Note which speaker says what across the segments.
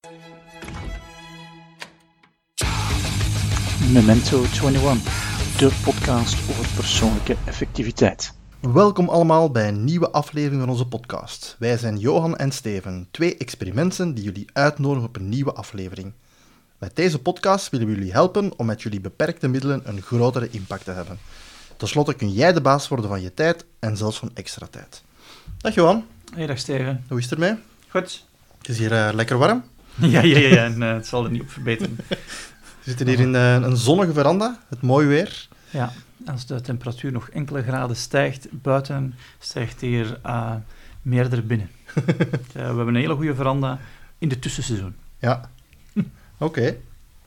Speaker 1: Memento 21, de podcast over persoonlijke effectiviteit.
Speaker 2: Welkom allemaal bij een nieuwe aflevering van onze podcast. Wij zijn Johan en Steven, twee experimenten die jullie uitnodigen op een nieuwe aflevering. Met deze podcast willen we jullie helpen om met jullie beperkte middelen een grotere impact te hebben. Ten slotte kun jij de baas worden van je tijd en zelfs van extra tijd. Dag Johan.
Speaker 1: Hey, dag Steven.
Speaker 2: Hoe is het ermee?
Speaker 1: Goed.
Speaker 2: Het is hier lekker warm.
Speaker 1: Ja, en het zal er niet op verbeteren.
Speaker 2: We zitten hier in een zonnige veranda, het mooi weer.
Speaker 1: Ja, als de temperatuur nog enkele graden stijgt, buiten stijgt hier meerder binnen. We hebben een hele goede veranda in de tussenseizoen.
Speaker 2: Ja, oké.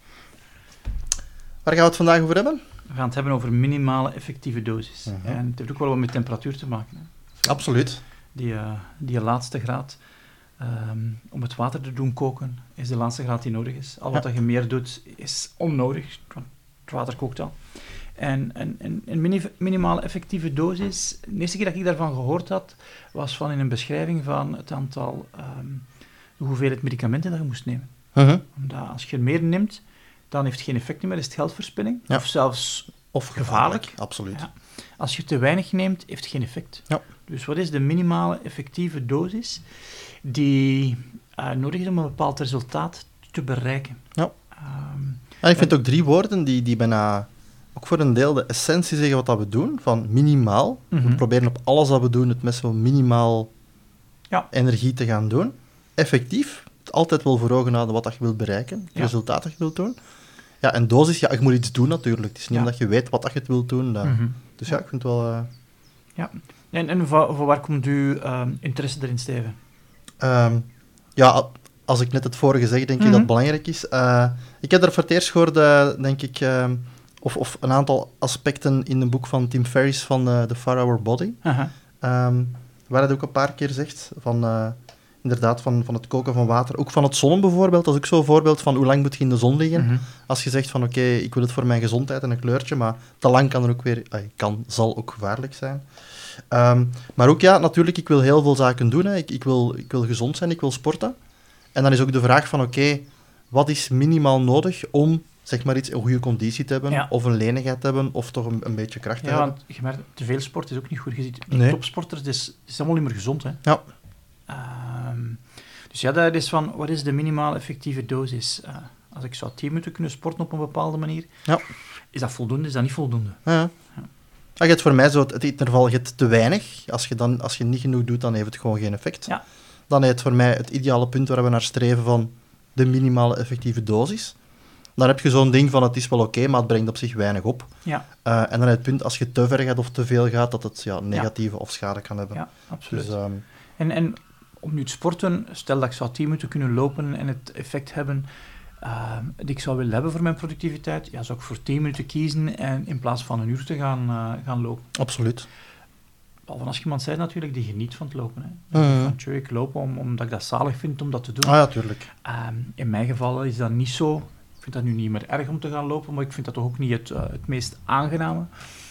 Speaker 2: Waar gaan we het vandaag over hebben?
Speaker 1: We gaan het hebben over minimale effectieve dosis.
Speaker 2: Uh-huh.
Speaker 1: En het heeft ook wel wat met temperatuur te maken. Hè.
Speaker 2: Absoluut.
Speaker 1: Die laatste graad, om het water te doen koken, is de laatste graad die nodig is. Al wat je meer doet, is onnodig, want het water kookt al. En een minimale effectieve dosis, de eerste keer dat ik daarvan gehoord had, was van in een beschrijving van het aantal, de hoeveelheid medicamenten dat je moest nemen.
Speaker 2: Uh-huh.
Speaker 1: Omdat als je meer neemt, dan heeft het geen effect meer, is het geldverspilling,
Speaker 2: Ja.
Speaker 1: of zelfs gevaarlijk.
Speaker 2: Absoluut.
Speaker 1: Ja. Als je te weinig neemt, heeft het geen effect.
Speaker 2: Ja.
Speaker 1: Dus wat is de minimale effectieve dosis die nodig is om een bepaald resultaat te bereiken?
Speaker 2: Ja. En ik vind ook 3 woorden die bijna ook voor een deel de essentie zeggen wat dat we doen, van minimaal.
Speaker 1: Mhm.
Speaker 2: We proberen op alles wat we doen het met zo minimaal energie te gaan doen. Effectief, altijd wel voor ogen houden wat dat je wilt bereiken, het resultaat dat je wilt doen. Ja, en dosis, je moet iets doen natuurlijk. Het is niet omdat je weet wat dat je het wilt doen. Dus ik vind het wel...
Speaker 1: Ja, en voor waar komt uw interesse erin, Steven?
Speaker 2: Als ik net het vorige zeg, denk ik dat het belangrijk is. Ik heb er voor het eerst gehoord, denk ik, of een aantal aspecten in een boek van Tim Ferriss van The 4-Hour Body. Waar hij ook een paar keer zegt, inderdaad van het koken van water. Ook van het zonnen bijvoorbeeld, dat is ook zo'n voorbeeld van hoe lang moet je in de zon liggen.
Speaker 1: Mm-hmm.
Speaker 2: Als je zegt van oké, ik wil het voor mijn gezondheid en een kleurtje, maar te lang kan er ook weer, zal ook gevaarlijk zijn. Maar ook natuurlijk, ik wil heel veel zaken doen. Hè. Ik wil gezond zijn, ik wil sporten. En dan is ook de vraag van oké, wat is minimaal nodig om zeg maar een goede conditie te hebben, of een lenigheid te hebben, of toch een beetje kracht te hebben.
Speaker 1: Ja, want je merkt, te veel sport is ook niet goed. Je ziet,
Speaker 2: Nee.
Speaker 1: topsporters, het is allemaal niet meer gezond. Hè?
Speaker 2: Ja.
Speaker 1: Dus ja, dat is van, wat is de minimale effectieve dosis? Als ik zou 10 minuten kunnen sporten op een bepaalde manier, is dat voldoende, is dat niet voldoende?
Speaker 2: Ja. Je hebt voor mij zo het interval, je hebt te weinig. Als je niet genoeg doet, dan heeft het gewoon geen effect.
Speaker 1: Ja.
Speaker 2: Dan is het voor mij het ideale punt waar we naar streven van de minimale effectieve dosis. Dan heb je zo'n ding van het is wel oké, maar het brengt op zich weinig op.
Speaker 1: Ja.
Speaker 2: En dan het punt, als je te ver gaat of te veel gaat, dat het negatieve of schade kan hebben.
Speaker 1: Ja, absoluut.
Speaker 2: Dus,
Speaker 1: en om nu te sporten, stel dat ik zou 10 minuten kunnen lopen en het effect hebben die ik zou willen hebben voor mijn productiviteit, zou ik voor 10 minuten kiezen en in plaats van een uur te gaan lopen.
Speaker 2: Absoluut.
Speaker 1: Behalve als je iemand zei natuurlijk die geniet van het lopen. Hè. Ik loop omdat ik dat zalig vind om dat te doen.
Speaker 2: Ja, tuurlijk.
Speaker 1: In mijn geval is dat niet zo. Ik vind dat nu niet meer erg om te gaan lopen, maar ik vind dat toch ook niet het meest aangename.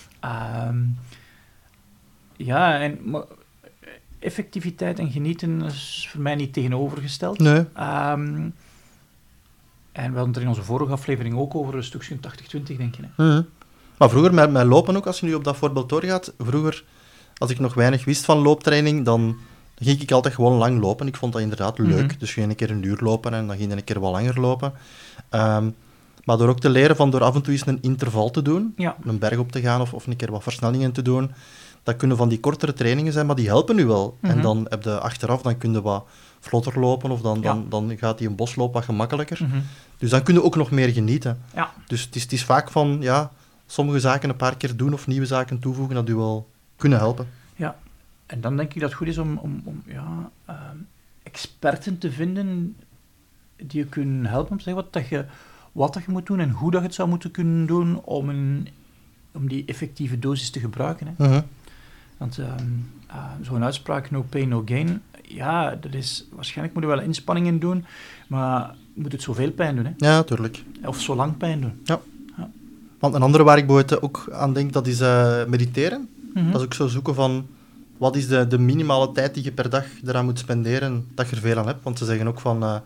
Speaker 1: Maar effectiviteit en genieten is voor mij niet tegenovergesteld.
Speaker 2: Nee.
Speaker 1: En we hadden het er in onze vorige aflevering ook over een stukje 80-20, denk je. Hè?
Speaker 2: Maar vroeger, met lopen ook, als je nu op dat voorbeeld doorgaat, vroeger, als ik nog weinig wist van looptraining, dan ging ik altijd gewoon lang lopen. Ik vond dat inderdaad leuk. Dus ging een keer een uur lopen en dan ging ik een keer wat langer lopen. Maar door ook te leren door af en toe eens een interval te doen, een berg op te gaan of een keer wat versnellingen te doen, dat kunnen van die kortere trainingen zijn, maar die helpen nu wel. En dan heb je achteraf, dan kun je wat vlotter lopen of dan gaat die een bosloop wat gemakkelijker. Dus dan kun je ook nog meer genieten. Ja. Dus het is vaak van, sommige zaken een paar keer doen of nieuwe zaken toevoegen, dat u wel kunnen helpen.
Speaker 1: Ja, en dan denk ik dat het goed is om experten te vinden die je kunnen helpen om te zeggen wat dat je moet doen en hoe dat je het zou moeten kunnen doen om die effectieve dosis te gebruiken. Hè. Want zo'n uitspraak, no pain, no gain, dat is, waarschijnlijk moet je wel inspanningen doen, maar moet het zoveel pijn doen. Hè?
Speaker 2: Ja, tuurlijk.
Speaker 1: Of zo lang pijn doen.
Speaker 2: Ja. Want een andere waar ik bijvoorbeeld ook aan denk, dat is mediteren. Dat is ook zo zoeken van, wat is de minimale tijd die je per dag eraan moet spenderen, dat je er veel aan hebt. Want ze zeggen ook van,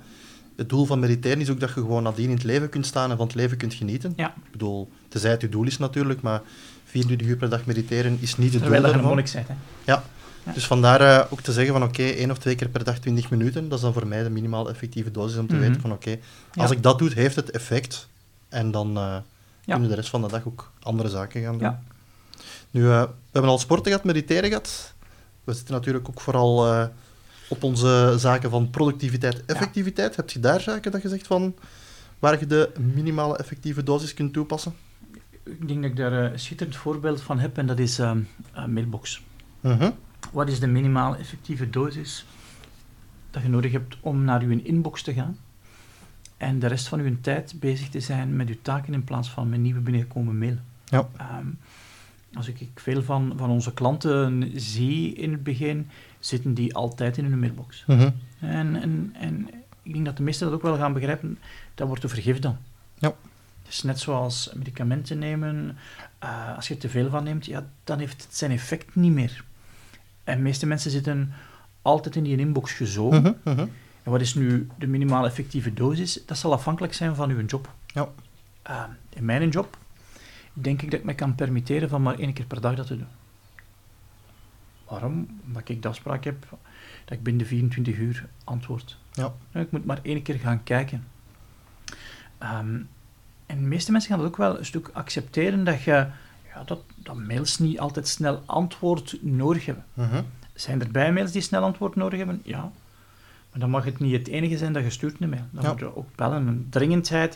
Speaker 2: het doel van mediteren is ook dat je gewoon nadien in het leven kunt staan en van het leven kunt genieten.
Speaker 1: Ja.
Speaker 2: Ik bedoel, tenzij het je doel is natuurlijk, maar 24 uur per dag mediteren is niet het
Speaker 1: Terwijl
Speaker 2: doel
Speaker 1: je een
Speaker 2: daarvan.
Speaker 1: monnik bent, hè.
Speaker 2: Ja.
Speaker 1: Ja.
Speaker 2: Dus vandaar ook te zeggen van oké, 1 of 2 keer per dag 20 minuten, dat is dan voor mij de minimaal effectieve dosis om te weten van oké, als ik dat doe, heeft het effect. En dan kunnen we de rest van de dag ook andere zaken gaan doen.
Speaker 1: Ja.
Speaker 2: Nu, we hebben al sporten gehad, mediteren gehad. We zitten natuurlijk ook vooral op onze zaken van productiviteit, effectiviteit. Heb je daar zaken dat je zegt van waar je de minimale effectieve dosis kunt toepassen?
Speaker 1: Ik denk dat ik daar een schitterend voorbeeld van heb, en dat is mailbox. Wat is de minimaal effectieve dosis dat je nodig hebt om naar je inbox te gaan en de rest van je tijd bezig te zijn met je taken in plaats van met nieuwe binnengekomen mail?
Speaker 2: Ja.
Speaker 1: Als ik veel van onze klanten zie in het begin, zitten die altijd in hun mailbox. En ik denk dat de meesten dat ook wel gaan begrijpen, dat wordt een vergif dan.
Speaker 2: Ja.
Speaker 1: Het is net zoals medicamenten nemen. Als je er te veel van neemt, ja, dan heeft het zijn effect niet meer. En de meeste mensen zitten altijd in die inbox gezogen. En wat is nu de minimale effectieve dosis? Dat zal afhankelijk zijn van uw job.
Speaker 2: Ja.
Speaker 1: In mijn job denk ik dat ik me kan permitteren van maar 1 keer per dag dat te doen. Waarom? Omdat ik de afspraak heb dat ik binnen de 24 uur antwoord.
Speaker 2: Ja.
Speaker 1: Ik moet maar 1 keer gaan kijken. En de meeste mensen gaan dat ook wel een stuk accepteren dat je dat mails niet altijd snel antwoord nodig hebben. Zijn er bij mails die snel antwoord nodig hebben? Ja. Maar dan mag het niet het enige zijn dat je stuurt een mail. Dan moet je ook bellen. Een dringendheid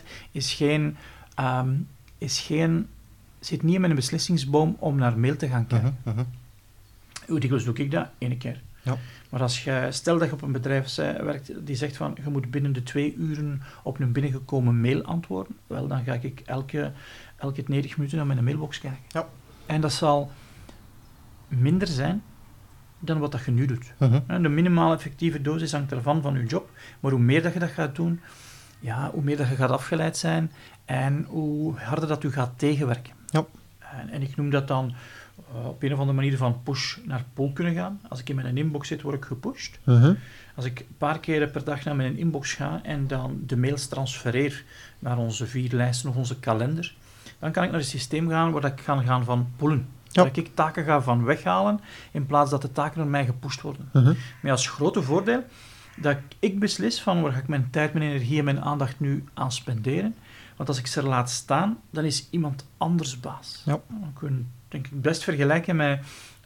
Speaker 1: zit niet met een beslissingsboom om naar mail te gaan kijken. Hoe dikwijls doe ik dat? 1 keer.
Speaker 2: Ja.
Speaker 1: Maar stel dat je op een bedrijf werkt die zegt van je moet binnen de 2 uren op een binnengekomen mail antwoorden, wel, dan ga ik elke 90 minuten naar mijn mailbox kijken.
Speaker 2: Ja.
Speaker 1: En dat zal minder zijn dan wat dat je nu doet. De minimale effectieve dosis hangt ervan van je job, maar hoe meer dat je dat gaat doen, ja, hoe meer dat je gaat afgeleid zijn en hoe harder dat u gaat tegenwerken.
Speaker 2: Ja.
Speaker 1: En ik noem dat dan op een of andere manier van push naar pull kunnen gaan. Als ik in mijn inbox zit, word ik gepusht. Als ik een paar keren per dag naar mijn inbox ga en dan de mails transfereer naar onze 4 lijsten of onze kalender, dan kan ik naar een systeem gaan waar ik kan gaan van pullen.
Speaker 2: Ja.
Speaker 1: Dat ik taken ga van weghalen, in plaats dat de taken naar mij gepusht worden. Maar als grote voordeel, dat ik beslis van waar ga ik mijn tijd, mijn energie en mijn aandacht nu aan spenderen. Want als ik ze er laat staan, dan is iemand anders baas.
Speaker 2: Ja.
Speaker 1: Dan kun je, denk ik, best vergelijken met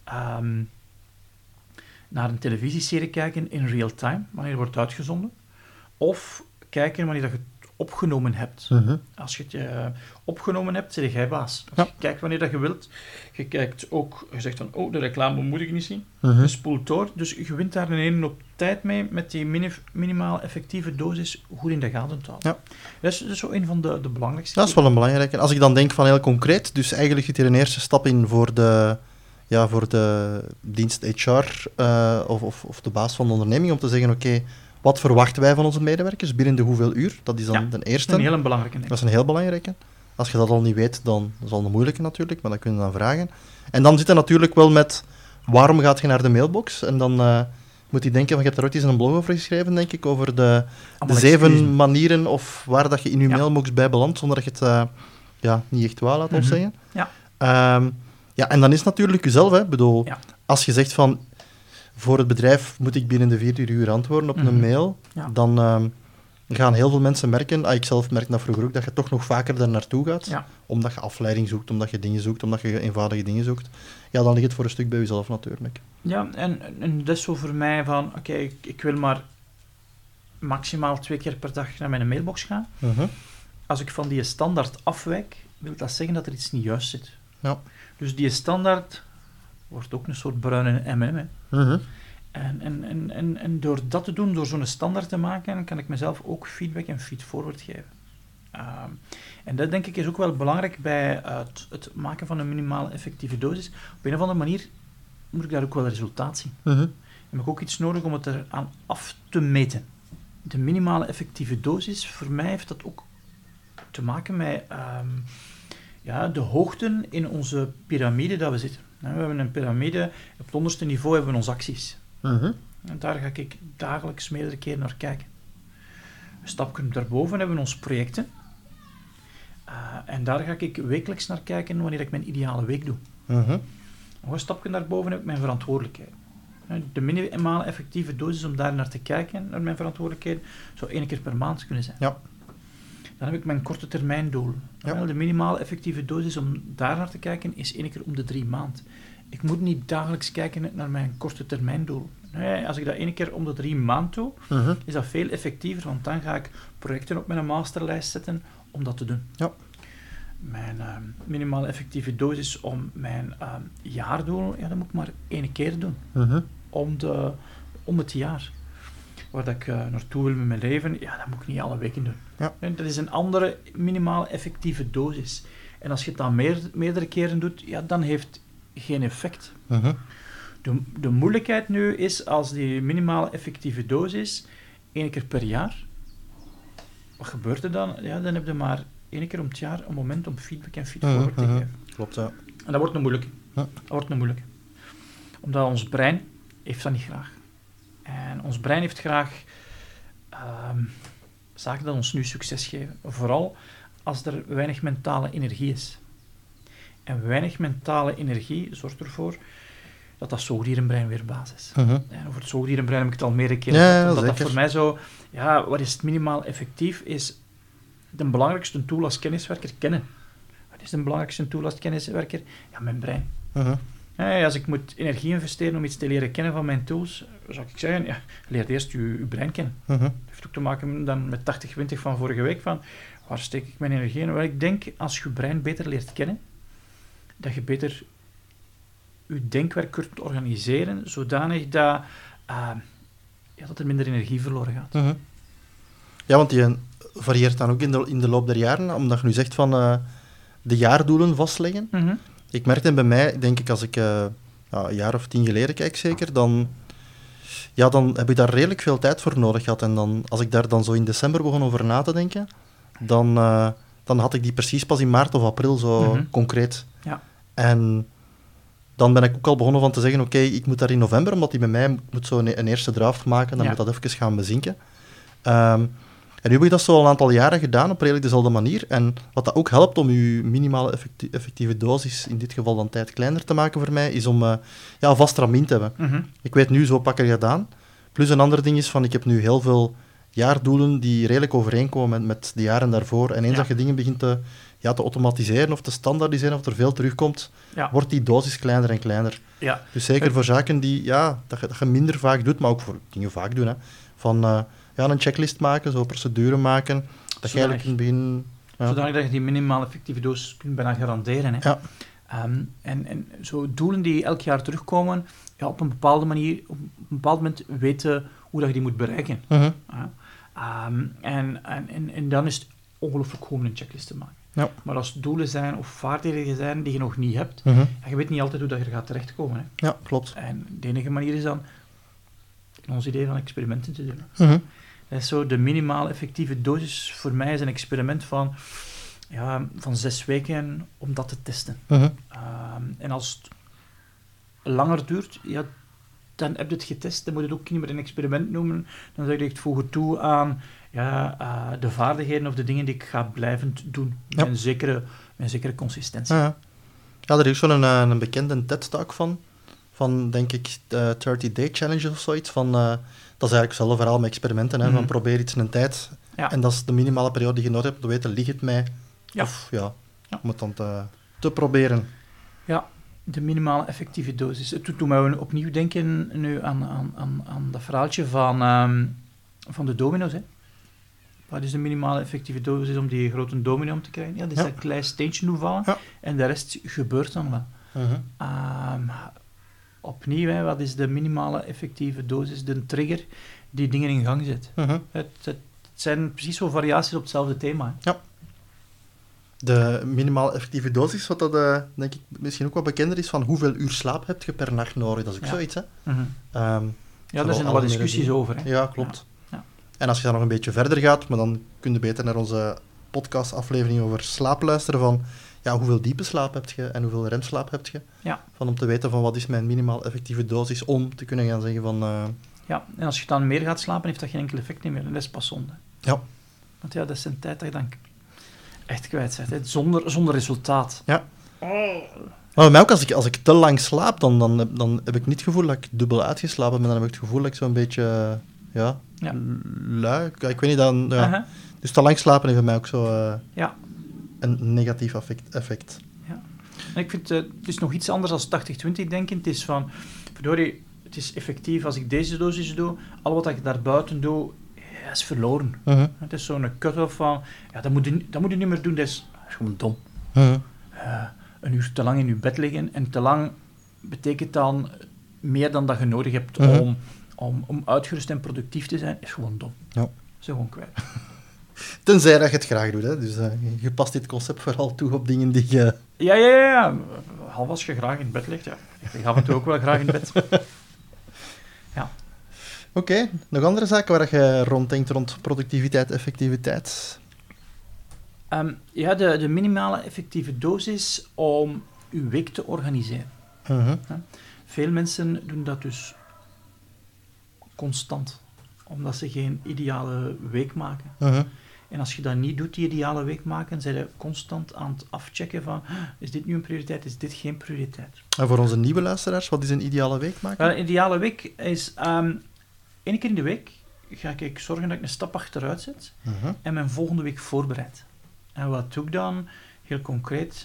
Speaker 1: naar een televisieserie kijken in real time, wanneer het wordt uitgezonden. Of kijken wanneer dat je het opgenomen hebt. Als je het opgenomen hebt, zeg jij baas.
Speaker 2: Ja.
Speaker 1: Je kijkt wanneer dat je wilt. Je kijkt ook, je zegt van, de reclame moet ik niet zien. Je spoelt door, dus je wint daar een op tijd mee met die minimaal effectieve dosis goed in de gaten te houden.
Speaker 2: Ja.
Speaker 1: Dat is zo een van de belangrijkste.
Speaker 2: Dat is wel een belangrijke. Als ik dan denk van heel concreet, dus eigenlijk zit hier een eerste stap in voor de dienst HR of de baas van de onderneming om te zeggen, oké, wat verwachten wij van onze medewerkers binnen de hoeveel uur? Dat is dan de eerste.
Speaker 1: Dat is een heel belangrijke.
Speaker 2: Dat is een heel belangrijke. Als je dat al niet weet, dan is dat een moeilijke natuurlijk, maar dat kun je dan vragen. En dan zit er natuurlijk wel met, waarom gaat je naar de mailbox? En dan moet je denken, van, je hebt daar ooit eens een blog over geschreven, denk ik, over de 7 manieren of waar dat je in je mailbox bij belandt, zonder dat je het niet echt wou, laat ons zeggen.
Speaker 1: Ja.
Speaker 2: En dan is het natuurlijk jezelf, hè. Bedoel, als je zegt van, voor het bedrijf moet ik binnen de 24 uur antwoorden op een mail, dan gaan heel veel mensen merken, ik zelf merk dat vroeger ook, dat je toch nog vaker daar naartoe gaat, omdat je afleiding zoekt, omdat je dingen zoekt, omdat je eenvoudige dingen zoekt. Ja, dan ligt het voor een stuk bij jezelf natuurlijk.
Speaker 1: Ja, en dat is zo voor mij van, oké, ik wil maar maximaal 2 keer per dag naar mijn mailbox gaan. Als ik van die standaard afwijk, wil dat zeggen dat er iets niet juist zit.
Speaker 2: Ja.
Speaker 1: Dus die standaard wordt ook een soort bruine MM. En door dat te doen, door zo'n standaard te maken, kan ik mezelf ook feedback en feedforward geven. En dat denk ik is ook wel belangrijk bij het maken van een minimale effectieve dosis. Op een of andere manier moet ik daar ook wel resultaat zien. En heb ik ook iets nodig om het eraan af te meten. De minimale effectieve dosis, voor mij heeft dat ook te maken met de hoogten in onze piramide dat we zitten. We hebben een piramide, op het onderste niveau hebben we onze acties. En daar ga ik dagelijks meerdere keren naar kijken. Een stapje daarboven hebben we onze projecten. En daar ga ik wekelijks naar kijken wanneer ik mijn ideale week doe. Nog een stapje daarboven heb ik mijn verantwoordelijkheid. De minimale effectieve dosis om daar naar te kijken, naar mijn verantwoordelijkheid, zou 1 keer per maand kunnen zijn.
Speaker 2: Ja.
Speaker 1: Dan heb ik mijn korte termijn doel.
Speaker 2: Ja.
Speaker 1: De minimale effectieve dosis om daar naar te kijken is 1 keer om de 3 maanden. Ik moet niet dagelijks kijken naar mijn korte termijn doel. Nee, als ik dat 1 keer om de 3 maanden doe, is dat veel effectiever, want dan ga ik projecten op mijn masterlijst zetten om dat te doen.
Speaker 2: Ja.
Speaker 1: Mijn minimale effectieve dosis om mijn jaardoel, dat moet ik maar 1 keer doen. Om het jaar. Waar dat ik naartoe wil met mijn leven, dat moet ik niet alle weken doen.
Speaker 2: Ja.
Speaker 1: En dat is een andere minimale effectieve dosis. En als je het dan meerdere keren doet, dan heeft het geen effect. De moeilijkheid nu is, als die minimale effectieve dosis 1 keer per jaar, wat gebeurt er dan? Dan heb je maar 1 keer om het jaar een moment om feedback en feedforward te geven.
Speaker 2: Klopt, ja.
Speaker 1: En dat wordt een moeilijke.
Speaker 2: Ja.
Speaker 1: Dat wordt een moeilijke. Omdat ons brein heeft dat niet graag. En ons brein heeft graag zaken die ons nu succes geven. Vooral als er weinig mentale energie is. En weinig mentale energie zorgt ervoor dat zoogdierenbrein weer baas is. En over het zoogdierenbrein heb ik het al meerdere keren gezegd. Omdat dat voor mij zo... wat is het minimaal effectief? Is de belangrijkste tool als kenniswerker kennen. Wat is de belangrijkste tool als kenniswerker? Mijn brein. Als ik moet energie investeren om iets te leren kennen van mijn tools, zou ik zeggen, leer eerst je brein kennen. Dat heeft ook te maken dan met 80-20 van vorige week, van waar steek ik mijn energie in? Wel, ik denk, als je brein beter leert kennen, dat je beter je denkwerk kunt organiseren, zodanig dat, dat er minder energie verloren gaat.
Speaker 2: Ja, want die varieert dan ook in de loop der jaren, omdat je nu zegt van de jaardoelen vastleggen. Ik merkte bij mij, denk ik, als ik een jaar of 10 geleden kijk zeker, dan heb ik daar redelijk veel tijd voor nodig gehad. En dan, als ik daar dan zo in december begon over na te denken, dan had ik die precies pas in maart of april zo concreet.
Speaker 1: Ja.
Speaker 2: En dan ben ik ook al begonnen van te zeggen, oké, ik moet daar in november, omdat die bij mij moet zo een eerste draft maken, dan moet dat even gaan bezinken. En nu heb ik dat zo al een aantal jaren gedaan, op redelijk dezelfde manier. En wat dat ook helpt om je minimale effectieve dosis, in dit geval dan tijd kleiner te maken voor mij, is om een vast ramin te hebben. Ik weet nu, zo pak ik gedaan. Plus een ander ding is van, ik heb nu heel veel jaardoelen die redelijk overeenkomen met de jaren daarvoor. En eens dat je dingen begint te automatiseren of te standaardiseren, of er veel terugkomt, wordt die dosis kleiner en kleiner.
Speaker 1: Ja.
Speaker 2: Dus zeker voor zaken die, dat je minder vaak doet, maar ook voor dingen vaak doen. Hè. Van een checklist maken, zo procedure maken, dat je eigenlijk in het begin...
Speaker 1: Zodanig dat je die minimale effectieve dosis kunt bijna garanderen. Hè.
Speaker 2: Ja.
Speaker 1: En zo doelen die elk jaar terugkomen, op een bepaalde manier, op een bepaald moment weten hoe dat je die moet bereiken. En dan is het ongelooflijk gewoon een checklist te maken.
Speaker 2: Ja.
Speaker 1: Maar als het doelen zijn of vaardigheden zijn die je nog niet hebt, je weet niet altijd hoe dat je er gaat terechtkomen. Hè.
Speaker 2: Ja, klopt.
Speaker 1: En de enige manier is dan ons idee van experimenten te doen. Dat is zo de minimale effectieve dosis. Voor mij is een experiment van 6 weken om dat te testen. En als het langer duurt, dan heb je het getest. Dan moet je het ook niet meer een experiment noemen. Dan zeg je het voegen toe aan de vaardigheden of de dingen die ik ga blijvend doen. Met een zekere consistentie.
Speaker 2: Ja, er is zo'n bekende TED-talk van denk ik 30-day challenge of zoiets. Dat is eigenlijk hetzelfde verhaal met experimenten. Van probeer iets in een tijd.
Speaker 1: Ja.
Speaker 2: En dat is de minimale periode die je nodig hebt om te weten, ligt het mij? Of om het dan te proberen.
Speaker 1: Ja, de minimale effectieve dosis. Het doet mij opnieuw denken nu aan dat verhaaltje van de domino's. Hè. Wat is de minimale effectieve dosis om die grote domino om te krijgen? Ja, dat is dat klein steentje doen vallen en de rest gebeurt dan wel. Opnieuw, wat is de minimale effectieve dosis, de trigger die dingen in gang zet. Het zijn precies zo variaties op hetzelfde thema. Hè.
Speaker 2: Ja. De minimale effectieve dosis, wat dat denk ik misschien ook wat bekender is, van hoeveel uur slaap heb je per nacht nodig. Dat is ook zoiets, hè.
Speaker 1: Daar zijn nog wat discussies over. Hè.
Speaker 2: Ja, klopt.
Speaker 1: Ja.
Speaker 2: En als je dan nog een beetje verder gaat, maar dan kun je beter naar onze podcastaflevering over slaap luisteren, van hoeveel diepe slaap heb je en hoeveel remslaap heb je.
Speaker 1: Ja.
Speaker 2: Om te weten van wat is mijn minimaal effectieve dosis om te kunnen gaan zeggen van...
Speaker 1: Ja, en als je dan meer gaat slapen, heeft dat geen enkel effect meer. En dat is pas zonde.
Speaker 2: Ja.
Speaker 1: Want ja, dat is een tijd dat je dan echt kwijt bent, hè. Zonder resultaat.
Speaker 2: Ja. Maar bij mij ook, als ik te lang slaap, dan heb ik niet het gevoel dat ik dubbel uitgeslapen ben. Dan heb ik het gevoel dat ik zo'n beetje, lui... Ik weet niet, dan... Ja.
Speaker 1: Uh-huh.
Speaker 2: Dus te lang slapen heeft bij mij ook zo
Speaker 1: Ja.
Speaker 2: een negatief effect.
Speaker 1: Ja. En ik vind, het is nog iets anders dan 80-20 denken. Het is van, verdorie, het is effectief als ik deze dosis doe, al wat ik daarbuiten doe, is verloren.
Speaker 2: Uh-huh.
Speaker 1: Het is zo'n cut-off van, ja, dat moet je niet meer doen, dat is gewoon dom.
Speaker 2: Uh-huh.
Speaker 1: Een uur te lang in je bed liggen en te lang betekent dan meer dan dat je nodig hebt
Speaker 2: Uh-huh.
Speaker 1: om uitgerust en productief te zijn, is gewoon dom.
Speaker 2: Ja.
Speaker 1: Is gewoon kwijt.
Speaker 2: Tenzij dat je het graag doet, hè. Dus je past dit concept vooral toe op dingen die je...
Speaker 1: Ja. Half als je graag in bed ligt, ja. Ik lig af en toe ook wel graag in bed. Ja.
Speaker 2: Oké, nog andere zaken waar je ronddenkt rond productiviteit, effectiviteit?
Speaker 1: Ja, de minimale effectieve dosis om uw week te organiseren.
Speaker 2: Uh-huh.
Speaker 1: Veel mensen doen dat dus constant, omdat ze geen ideale week maken.
Speaker 2: Uh-huh.
Speaker 1: En als je dat niet doet, die ideale week maken, zijn je constant aan het afchecken van, is dit nu een prioriteit, is dit geen prioriteit?
Speaker 2: En voor onze nieuwe luisteraars, wat is een ideale week maken?
Speaker 1: Wel, een ideale week is, 1 keer in de week ga ik zorgen dat ik een stap achteruit zet
Speaker 2: Uh-huh.
Speaker 1: en mijn volgende week voorbereid. En wat doe ik dan? Heel concreet,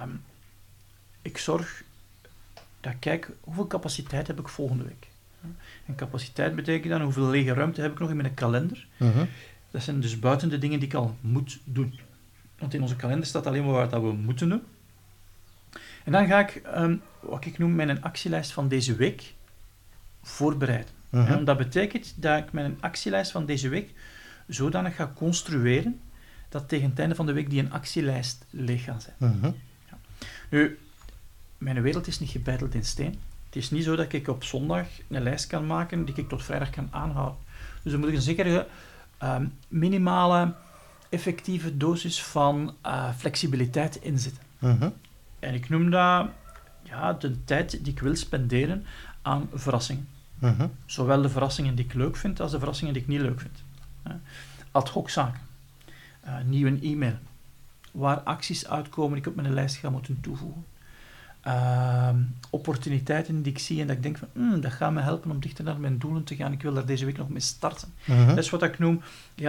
Speaker 1: ik zorg dat ik kijk hoeveel capaciteit heb ik volgende week. En capaciteit betekent dan hoeveel lege ruimte heb ik nog in mijn kalender.
Speaker 2: Uh-huh.
Speaker 1: Dat zijn dus buiten de dingen die ik al moet doen. Want in onze kalender staat alleen maar wat dat we moeten doen. En dan ga ik, wat ik noem, mijn actielijst van deze week voorbereiden.
Speaker 2: Uh-huh.
Speaker 1: En dat betekent dat ik mijn actielijst van deze week zodanig ga construeren dat tegen het einde van de week die een actielijst leeg gaat zijn.
Speaker 2: Uh-huh.
Speaker 1: Nu, mijn wereld is niet gebeiteld in steen. Het is niet zo dat ik op zondag een lijst kan maken die ik tot vrijdag kan aanhouden. Dus er moet een zekere minimale effectieve dosis van flexibiliteit in zitten.
Speaker 2: Uh-huh.
Speaker 1: En ik noem dat de tijd die ik wil spenderen aan verrassingen.
Speaker 2: Uh-huh.
Speaker 1: Zowel de verrassingen die ik leuk vind, als de verrassingen die ik niet leuk vind. Ad hoc zaken. Nieuwe e-mail. Waar acties uitkomen die ik op mijn lijst ga moeten toevoegen. Opportuniteiten die ik zie en dat ik denk van, dat gaat me helpen om dichter naar mijn doelen te gaan. Ik wil daar deze week nog mee starten.
Speaker 2: Uh-huh.
Speaker 1: Dat is wat ik noem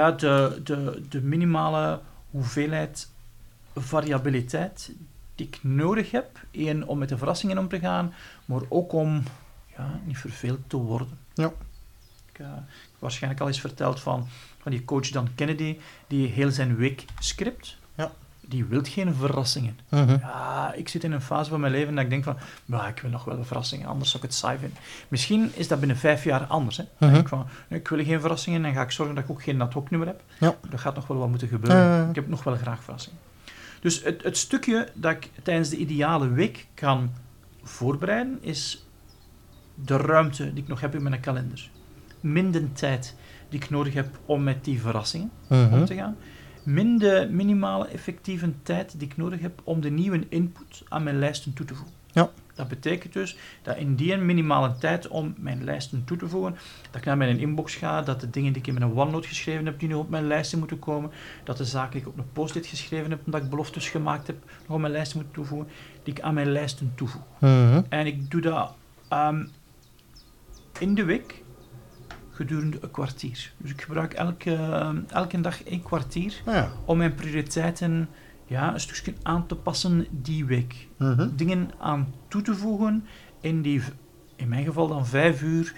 Speaker 1: de minimale hoeveelheid variabiliteit die ik nodig heb. Eén, om met de verrassingen om te gaan, maar ook om niet verveeld te worden.
Speaker 2: Ja.
Speaker 1: Ik heb waarschijnlijk al eens verteld van die coach Dan Kennedy, die heel zijn week script.
Speaker 2: Ja.
Speaker 1: Die wil geen verrassingen.
Speaker 2: Uh-huh.
Speaker 1: Ja, ik zit in een fase van mijn leven dat ik denk van, ik wil nog wel een verrassingen, anders zou ik het saai vinden. Misschien is dat binnen 5 jaar anders. Hè. Dan denk ik van, ik wil geen verrassingen en dan ga ik zorgen dat ik ook geen ad hoc nummer heb.
Speaker 2: Ja.
Speaker 1: Dat gaat nog wel wat moeten gebeuren. Ik heb nog wel graag verrassingen. Dus het stukje dat ik tijdens de ideale week kan voorbereiden, is de ruimte die ik nog heb in mijn kalender. Minder tijd die ik nodig heb om met die verrassingen om te gaan. De minimale effectieve tijd die ik nodig heb om de nieuwe input aan mijn lijsten toe te voegen.
Speaker 2: Ja.
Speaker 1: Dat betekent dus dat in die minimale tijd om mijn lijsten toe te voegen, dat ik naar mijn inbox ga, dat de dingen die ik in mijn OneNote geschreven heb, die nu op mijn lijsten moeten komen, dat de zaken die ik op een post-it geschreven heb, omdat ik beloftes gemaakt heb, nog op mijn lijsten moeten toevoegen, die ik aan mijn lijsten toevoeg.
Speaker 2: Uh-huh.
Speaker 1: En ik doe dat in de week gedurende een kwartier. Dus ik gebruik elke dag 1 kwartier om mijn prioriteiten een stukje aan te passen die week.
Speaker 2: Uh-huh.
Speaker 1: Dingen aan toe te voegen in mijn geval dan 5 uur,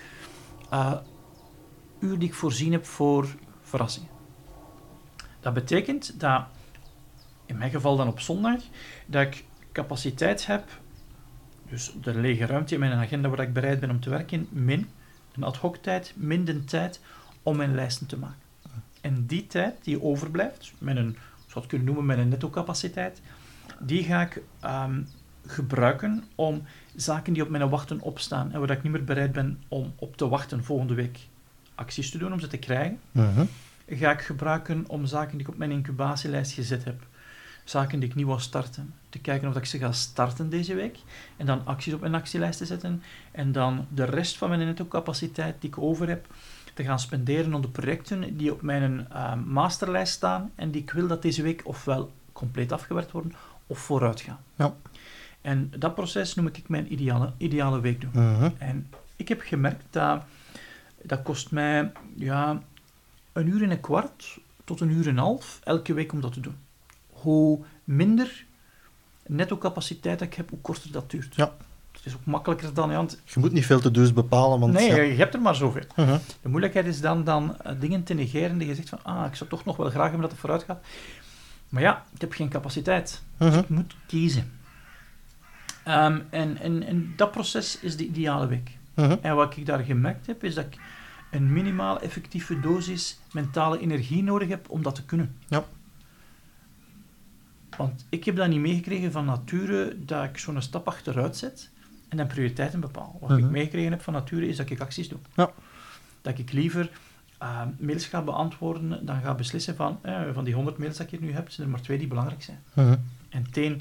Speaker 1: uur die ik voorzien heb voor verrassingen. Dat betekent dat, in mijn geval dan op zondag, dat ik capaciteit heb, dus de lege ruimte in mijn agenda waar ik bereid ben om te werken, min een ad hoc tijd, minder tijd om mijn lijsten te maken. En die tijd die overblijft, met een, zou het kunnen noemen, met een netto capaciteit, die ga ik gebruiken om zaken die op mijn wachten opstaan en waar ik niet meer bereid ben om op te wachten volgende week acties te doen, om ze te krijgen, ga ik gebruiken om zaken die ik op mijn incubatielijst gezet heb, zaken die ik niet wou starten, te kijken of ik ze ga starten deze week en dan acties op mijn actielijst te zetten en dan de rest van mijn netto capaciteit die ik over heb te gaan spenderen op de projecten die op mijn masterlijst staan en die ik wil dat deze week ofwel compleet afgewerkt worden of vooruit gaan.
Speaker 2: Ja.
Speaker 1: En dat proces noem ik mijn ideale week doen. En ik heb gemerkt dat kost mij 1 uur en een kwart tot 1 uur en een half elke week om dat te doen. Hoe minder netto capaciteit ik heb, hoe korter dat duurt.
Speaker 2: Ja.
Speaker 1: Het is ook makkelijker dan...
Speaker 2: Je moet niet veel te dus bepalen, want...
Speaker 1: Nee, je hebt er maar zoveel. De moeilijkheid is dan dingen te negeren die je zegt van, ik zou toch nog wel graag hebben dat het vooruit gaat. Maar ja, ik heb geen capaciteit. Dus ik moet kiezen. En dat proces is de ideale week. En wat ik daar gemerkt heb, is dat ik een minimaal effectieve dosis mentale energie nodig heb om dat te kunnen.
Speaker 2: Ja.
Speaker 1: Want ik heb dat niet meegekregen van nature, dat ik zo'n stap achteruit zet en dan prioriteiten bepaal. Wat ik meegekregen heb van nature, is dat ik acties doe.
Speaker 2: Ja.
Speaker 1: Dat ik liever mails ga beantwoorden dan ga beslissen van die 100 mails dat je nu hebt, zijn er maar 2 die belangrijk zijn. En het een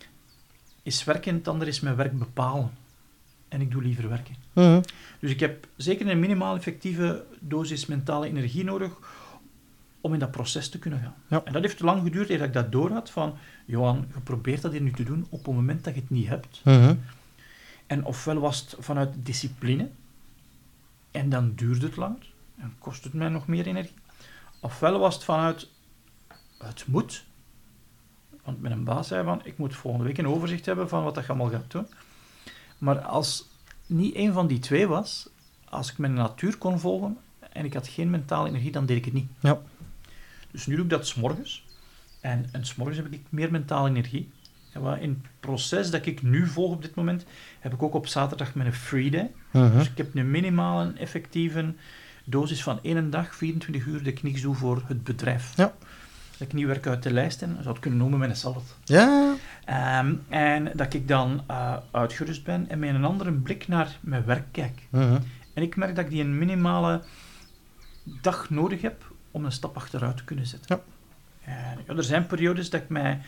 Speaker 1: is werken, het ander is mijn werk bepalen. En ik doe liever werken. Dus ik heb zeker een minimaal effectieve dosis mentale energie nodig om in dat proces te kunnen gaan.
Speaker 2: Ja.
Speaker 1: En dat heeft lang geduurd eer dat ik dat door had van, Johan, je probeert dat hier nu te doen op het moment dat je het niet hebt. En ofwel was het vanuit discipline, en dan duurde het langer, en kost het mij nog meer energie. Ofwel was het vanuit, het moet, want mijn baas zei van, ik moet volgende week een overzicht hebben van wat dat je allemaal gaat doen. Maar als niet één van die 2 was, als ik mijn natuur kon volgen en ik had geen mentale energie, dan deed ik het niet.
Speaker 2: Ja.
Speaker 1: Dus nu doe ik dat 's morgens. En 's morgens heb ik meer mentale energie. En in het proces dat ik nu volg op dit moment, heb ik ook op zaterdag mijn free day. Dus ik heb een minimale effectieve dosis van 1 dag, 24 uur, dat ik niks doe voor het bedrijf.
Speaker 2: Ja.
Speaker 1: Dat ik niet werk uit de lijst en zou het kunnen noemen met een salad.
Speaker 2: Ja.
Speaker 1: En dat ik dan uitgerust ben en met een andere blik naar mijn werk kijk. En ik merk dat ik die een minimale dag nodig heb om een stap achteruit te kunnen zetten.
Speaker 2: Ja.
Speaker 1: En er zijn periodes dat ik mij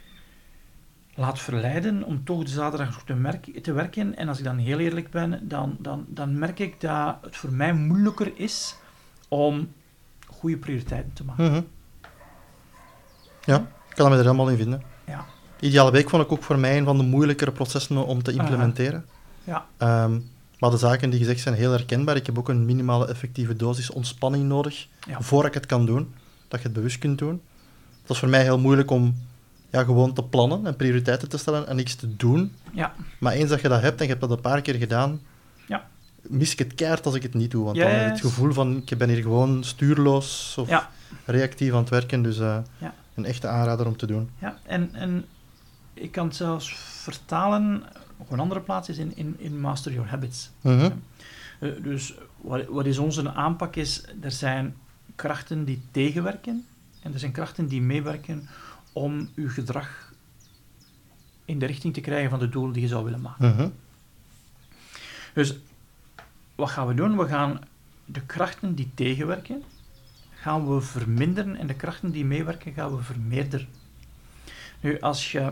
Speaker 1: laat verleiden om toch de zaterdag nog te werken. En als ik dan heel eerlijk ben, dan merk ik dat het voor mij moeilijker is om goede prioriteiten te maken.
Speaker 2: Ja, ik kan me er helemaal in vinden.
Speaker 1: Ja.
Speaker 2: Ideale week vond ik ook voor mij een van de moeilijkere processen om te implementeren.
Speaker 1: Ja.
Speaker 2: Maar de zaken die gezegd zijn heel herkenbaar. Ik heb ook een minimale effectieve dosis ontspanning nodig voor ik het kan doen. Dat je het bewust kunt doen. Dat is voor mij heel moeilijk om gewoon te plannen en prioriteiten te stellen en niks te doen.
Speaker 1: Ja.
Speaker 2: Maar eens dat je dat hebt en je hebt dat een paar keer gedaan, mis ik het keihard als ik het niet doe. Want dan heb je het gevoel van, ik ben hier gewoon stuurloos of reactief aan het werken. Dus een echte aanrader om te doen.
Speaker 1: Ja, en ik kan het zelfs vertalen, op een andere plaats is in Master Your Habits. Dus wat is onze aanpak is, er zijn krachten die tegenwerken en er zijn krachten die meewerken om uw gedrag in de richting te krijgen van de doelen die je zou willen maken. Dus wat gaan we doen? We gaan de krachten die tegenwerken, gaan we verminderen en de krachten die meewerken, gaan we vermeerderen. Nu, als je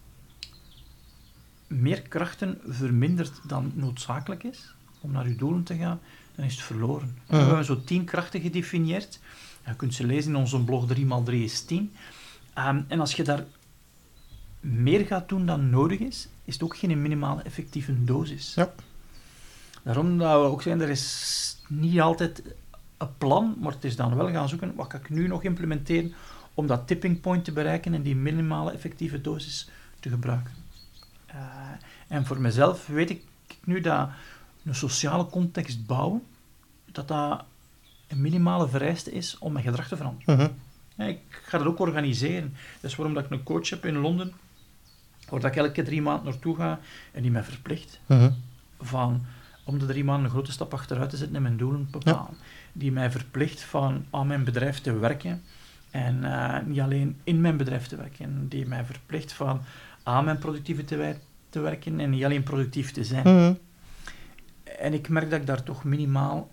Speaker 1: meer krachten vermindert dan noodzakelijk is om naar je doelen te gaan, dan is het verloren. We hebben zo 10 krachten gedefinieerd. Je kunt ze lezen in onze blog 3x3 is 10. En als je daar meer gaat doen dan nodig is het ook geen minimale effectieve dosis.
Speaker 2: Ja.
Speaker 1: Daarom dat we ook zeggen, er is niet altijd een plan, maar het is dan wel gaan zoeken, wat kan ik nu nog implementeren om dat tipping point te bereiken en die minimale effectieve dosis te gebruiken. En voor mezelf weet ik nu dat een sociale context bouwen, dat een minimale vereiste is om mijn gedrag te veranderen. Ik ga dat ook organiseren. Dat is waarom dat ik een coach heb in Londen, waar ik elke 3 maanden naartoe ga en die mij verplicht van om de 3 maanden een grote stap achteruit te zetten en mijn doelen te bepalen. Die mij verplicht van aan mijn bedrijf te werken en niet alleen in mijn bedrijf te werken. Die mij verplicht van aan mijn productiviteit te werken en niet alleen productief te zijn. En ik merk dat ik daar toch minimaal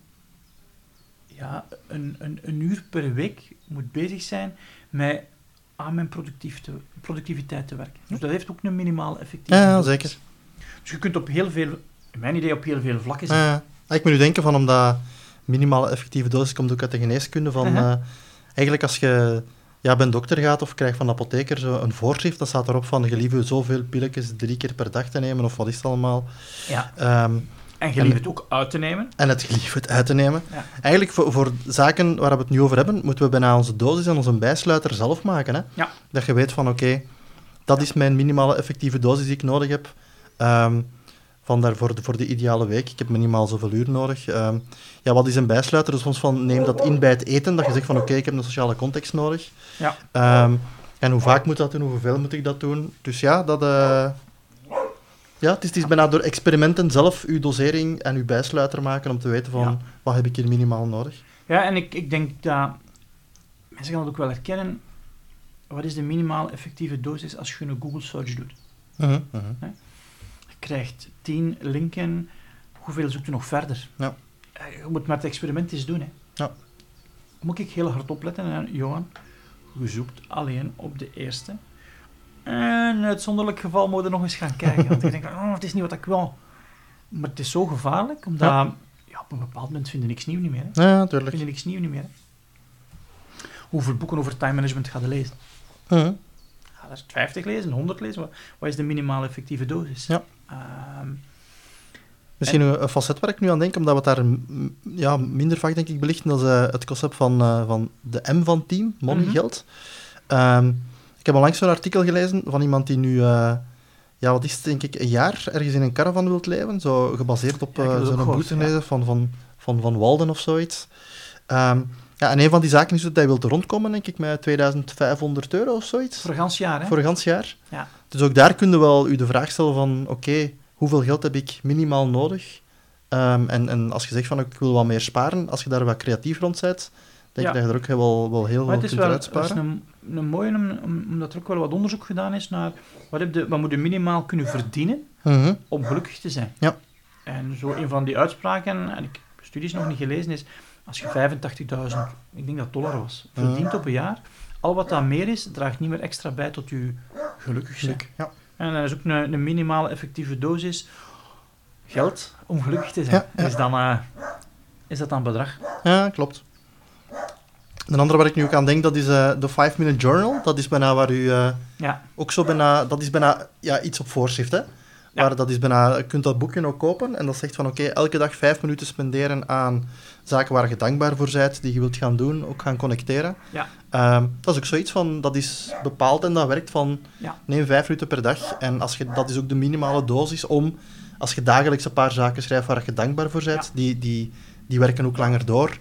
Speaker 1: een uur per week moet bezig zijn met aan mijn productiviteit te werken. Dus dat heeft ook een minimaal effectief.
Speaker 2: Ja, zeker.
Speaker 1: Dus je kunt op heel veel, in mijn idee, op heel veel vlakken zijn.
Speaker 2: Ik moet nu denken van, omdat minimale effectieve dosis komt ook uit de geneeskunde. Van, eigenlijk als je bij een dokter gaat of krijgt van de apotheker zo een voorschrift, dan staat erop van, je lief je zoveel pilletjes 3 keer per dag te nemen, of wat is het allemaal.
Speaker 1: Ja. En je lief het ook uit te nemen.
Speaker 2: En het gelief het uit te nemen.
Speaker 1: Ja.
Speaker 2: Eigenlijk, voor zaken waar we het nu over hebben, moeten we bijna onze dosis en onze bijsluiter zelf maken. Hè?
Speaker 1: Ja.
Speaker 2: Dat je weet van, oké, dat is mijn minimale effectieve dosis die ik nodig heb. Vandaar voor de ideale week. Ik heb minimaal zoveel uur nodig. Wat is een bijsluiter? Dus soms van, neem dat in bij het eten, dat je zegt van, oké, ik heb een sociale context nodig.
Speaker 1: Ja.
Speaker 2: En hoe vaak moet dat doen? Hoeveel moet ik dat doen? Dus het is bijna door experimenten zelf uw dosering en uw bijsluiter maken om te weten van, wat heb ik hier minimaal nodig?
Speaker 1: Ja, en ik denk dat mensen gaan dat ook wel herkennen. Wat is de minimale effectieve dosis als je een Google search doet? Je krijgt 10 linken. Hoeveel zoekt u nog verder?
Speaker 2: Ja.
Speaker 1: Je moet maar het experiment eens doen. Hè.
Speaker 2: Ja.
Speaker 1: Moet ik heel hard opletten, Johan? Je zoekt alleen op de eerste. En in uitzonderlijk geval moet je nog eens gaan kijken. Want je denkt, het is niet wat ik wil. Maar het is zo gevaarlijk, omdat op een bepaald moment vind je niks nieuw niet meer. Hè.
Speaker 2: Ja, tuurlijk.
Speaker 1: Vind je niks nieuw niet meer. Hè. Hoeveel boeken over time management ga je lezen? Ga er 50 lezen, 100 lezen? Wat is de minimale effectieve dosis?
Speaker 2: Ja. Misschien een facet waar ik nu aan denk, omdat we het daar minder vaak denk ik belichten, dat is het concept van de M van team, money, geld. Ik heb onlangs zo'n artikel gelezen van iemand die nu, wat is het, denk ik, een jaar ergens in een caravan wilt leven, zo gebaseerd op zo'n boete gelezen van Walden of zoiets. En een van die zaken is dat hij wil rondkomen, denk ik, met €2500 of zoiets.
Speaker 1: Voor een gans jaar, hè?
Speaker 2: Voor een gans jaar.
Speaker 1: Ja.
Speaker 2: Dus ook daar kun je wel u de vraag stellen van, oké, hoeveel geld heb ik minimaal nodig? En als je zegt van, ik wil wat meer sparen, als je daar wat creatief rond bent, denk ik dat je er ook wel heel veel kunt uitsparen.
Speaker 1: Het is een mooie, omdat er ook wel wat onderzoek gedaan is naar wat moet je minimaal kunnen verdienen om gelukkig te zijn.
Speaker 2: Ja.
Speaker 1: En zo een van die uitspraken, en ik heb studies nog niet gelezen, is als je 85.000, ik denk dat $, was, verdient op een jaar, al wat dat meer is, draagt niet meer extra bij tot je gelukkig zijn.
Speaker 2: Ja.
Speaker 1: En dat is ook een minimale effectieve dosis geld om gelukkig te zijn. Ja. Is dat dan bedrag?
Speaker 2: Ja, klopt. Een andere waar ik nu ook aan denk, dat is de 5-minute journal. Dat is bijna waar u ook zo bijna... Dat is bijna iets op voorschrift, hè. Ja. Waar dat is bijna... Je kunt dat boekje ook kopen en dat zegt van, oké, elke dag 5 minuten spenderen aan zaken waar je dankbaar voor bent, die je wilt gaan doen, ook gaan connecteren.
Speaker 1: Ja.
Speaker 2: Dat is ook zoiets van, dat is bepaald en dat werkt van, neem 5 minuten per dag. En dat is ook de minimale dosis om, als je dagelijks een paar zaken schrijft waar je dankbaar voor bent, die werken ook langer door.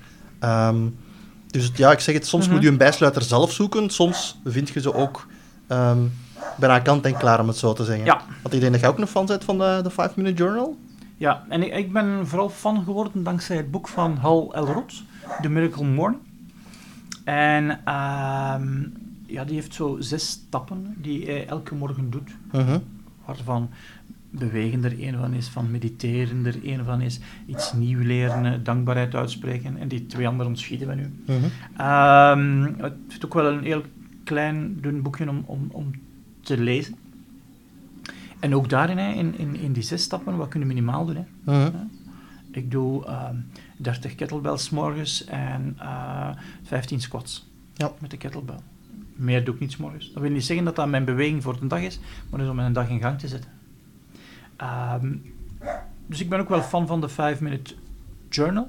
Speaker 2: Dus ik zeg het, soms moet je een bijsluiter zelf zoeken, soms vind je ze ook bijna kant en klaar, om het zo te zeggen.
Speaker 1: Ja.
Speaker 2: Want ik denk dat jij ook een fan bent van de 5-minute journal.
Speaker 1: Ja, en ik ben vooral fan geworden dankzij het boek van Hal Elrod, The Miracle Morning. En die heeft zo 6 stappen die hij elke morgen doet, waarvan bewegen er een van is, van mediteren er een van is, iets nieuw leren, dankbaarheid uitspreken, en die 2 anderen ontschieten we nu. Het is ook wel een heel klein, dun boekje om te lezen. En ook daarin, in die 6 stappen, wat kun je minimaal doen. Hè? Ik doe 30 kettlebells 's morgens en 15 squats met de kettlebell. Meer doe ik niet 's morgens. Dat wil niet zeggen dat dat mijn beweging voor de dag is, maar dat is om mijn dag in gang te zetten. Dus ik ben ook wel fan van de 5-minute journal.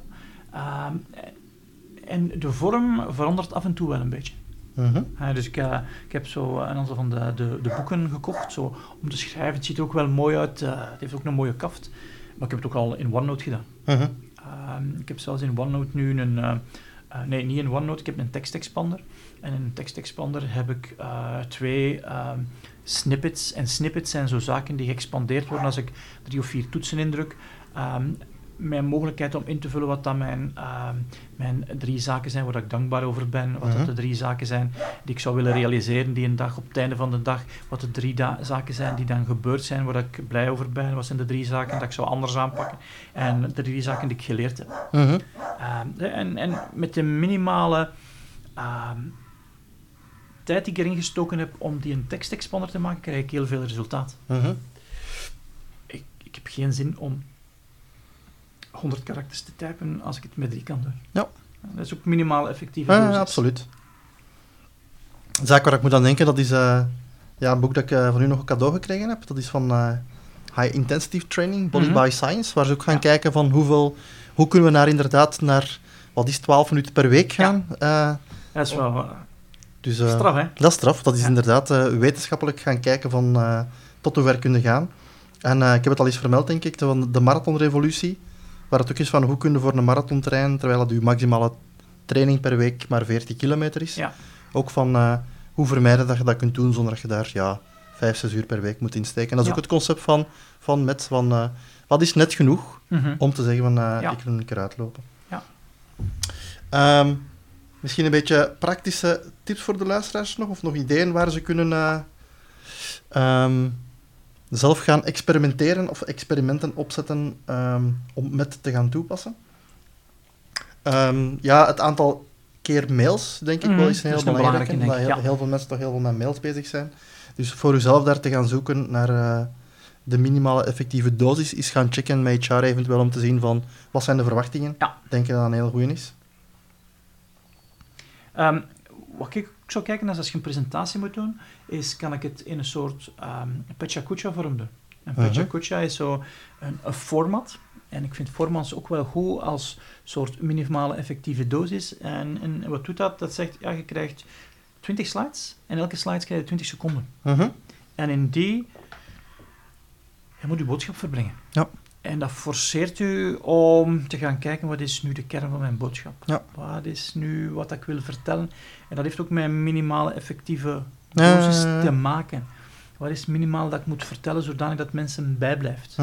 Speaker 1: En de vorm verandert af en toe wel een beetje. Dus ik heb zo een aantal van de boeken gekocht, zo, om te schrijven. Het ziet er ook wel mooi uit. Het heeft ook een mooie kaft. Maar ik heb het ook al in OneNote gedaan. Ik heb zelfs in OneNote nu nee, niet in OneNote. Ik heb een tekstexpander. En in een tekstexpander heb ik 2 snippets. En snippets zijn zo zaken die geëxpandeerd worden als ik 3 of 4 toetsen indruk. Mijn mogelijkheid om in te vullen wat dan mijn 3 zaken zijn waar ik dankbaar over ben, wat dat de 3 zaken zijn die ik zou willen realiseren die een dag op het einde van de dag, wat de 3 zaken zijn die dan gebeurd zijn waar ik blij over ben, wat zijn de 3 zaken dat ik zou anders aanpakken en de 3 zaken die ik geleerd heb. En met de minimale tijd die ik erin gestoken heb om die een tekstexpander te maken, krijg ik heel veel resultaat. Ik heb geen zin om 100 karakters te typen als ik het met 3 kan doen.
Speaker 2: Ja.
Speaker 1: Dat is ook minimaal effectieve dosis.
Speaker 2: Ja, absoluut. Een zaak waar ik moet aan denken, dat is een boek dat ik van u nog een cadeau gekregen heb. Dat is van High Intensity Training, Body by Science, waar ze ook gaan kijken van hoe kunnen we naar, wat is 12 minuten per week gaan.
Speaker 1: Dat is wel
Speaker 2: dus,
Speaker 1: straf, hè?
Speaker 2: Dat is straf. Dat is inderdaad wetenschappelijk gaan kijken van tot hoe ver kunnen gaan. En ik heb het al eens vermeld, denk ik, van de marathonrevolutie, waar het ook is van hoe kun je voor een marathon trainen, terwijl het uw maximale training per week maar 40 kilometer is. Ja. Ook van hoe vermijden dat je dat kunt doen zonder dat je daar 5-6 uur per week moet insteken. En dat is ook het concept van wat is net genoeg om te zeggen van ik wil een keer uitlopen. Ja. Misschien een beetje praktische tips voor de luisteraars nog, of nog ideeën waar ze kunnen zelf gaan experimenteren of experimenten opzetten om met te gaan toepassen. Het aantal keer mails, denk ik wel, is een heel belangrijk. Omdat heel veel mensen toch heel veel met mails bezig zijn. Dus voor uzelf daar te gaan zoeken naar de minimale effectieve dosis, is gaan checken met HR eventueel om te zien van wat zijn de verwachtingen. Ja. Denk je dat dat een heel goeie is?
Speaker 1: Wat ik zou kijken als je een presentatie moet doen, is kan ik het in een soort Pecha-Kucha vorm doen. Een Pecha-Kucha is zo een format. En ik vind formats ook wel goed als soort minimale effectieve dosis. En wat doet dat? Dat zegt, je krijgt 20 slides en elke slide krijg je 20 seconden. En in je moet je boodschap verbrengen. Ja. En dat forceert u om te gaan kijken, wat is nu de kern van mijn boodschap? Ja. Wat is nu wat ik wil vertellen? En dat heeft ook met een minimale effectieve dosis te maken. Wat is minimaal dat ik moet vertellen, zodanig dat mensen bijblijft?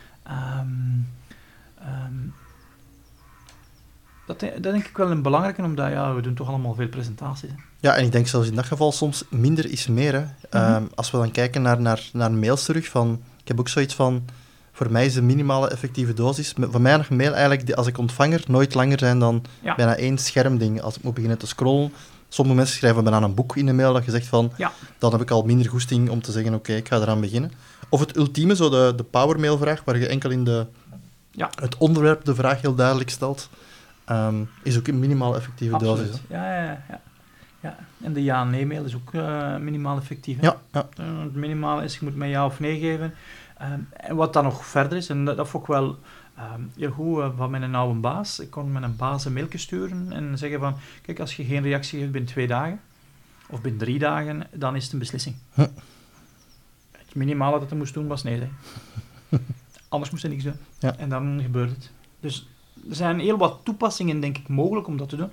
Speaker 1: Dat denk ik wel een belangrijke, omdat we doen toch allemaal veel presentaties. Hè.
Speaker 2: Ja, en ik denk zelfs in dat geval soms minder is meer. Hè. Als we dan kijken naar mails terug, ik heb ook zoiets van, voor mij is de minimale effectieve dosis, voor mij nog mail eigenlijk, als ik ontvanger, nooit langer zijn dan bijna 1 schermding. Als ik moet beginnen te scrollen, sommige mensen schrijven bijna een boek in de mail, dat je zegt van, dan heb ik al minder goesting om te zeggen, oké, ik ga eraan beginnen. Of het ultieme, zo de powermail-vraag, waar je enkel in het onderwerp de vraag heel duidelijk stelt, is ook een minimaal effectieve dosis.
Speaker 1: Ja. En de ja- en nee-mail is ook minimaal effectief. Hè? Ja. Het minimale is, je moet mij ja of nee geven. En wat dan nog verder is, en dat vond ik wel heel goed van mijn oude baas. Ik kon met een baas een mailje sturen en zeggen van, kijk, als je geen reactie geeft binnen 2 dagen, of binnen 3 dagen, dan is het een beslissing. Het minimale dat hij moest doen was nee. Anders moest hij niks doen. Ja. En dan gebeurt het. Dus er zijn heel wat toepassingen, denk ik, mogelijk om dat te doen.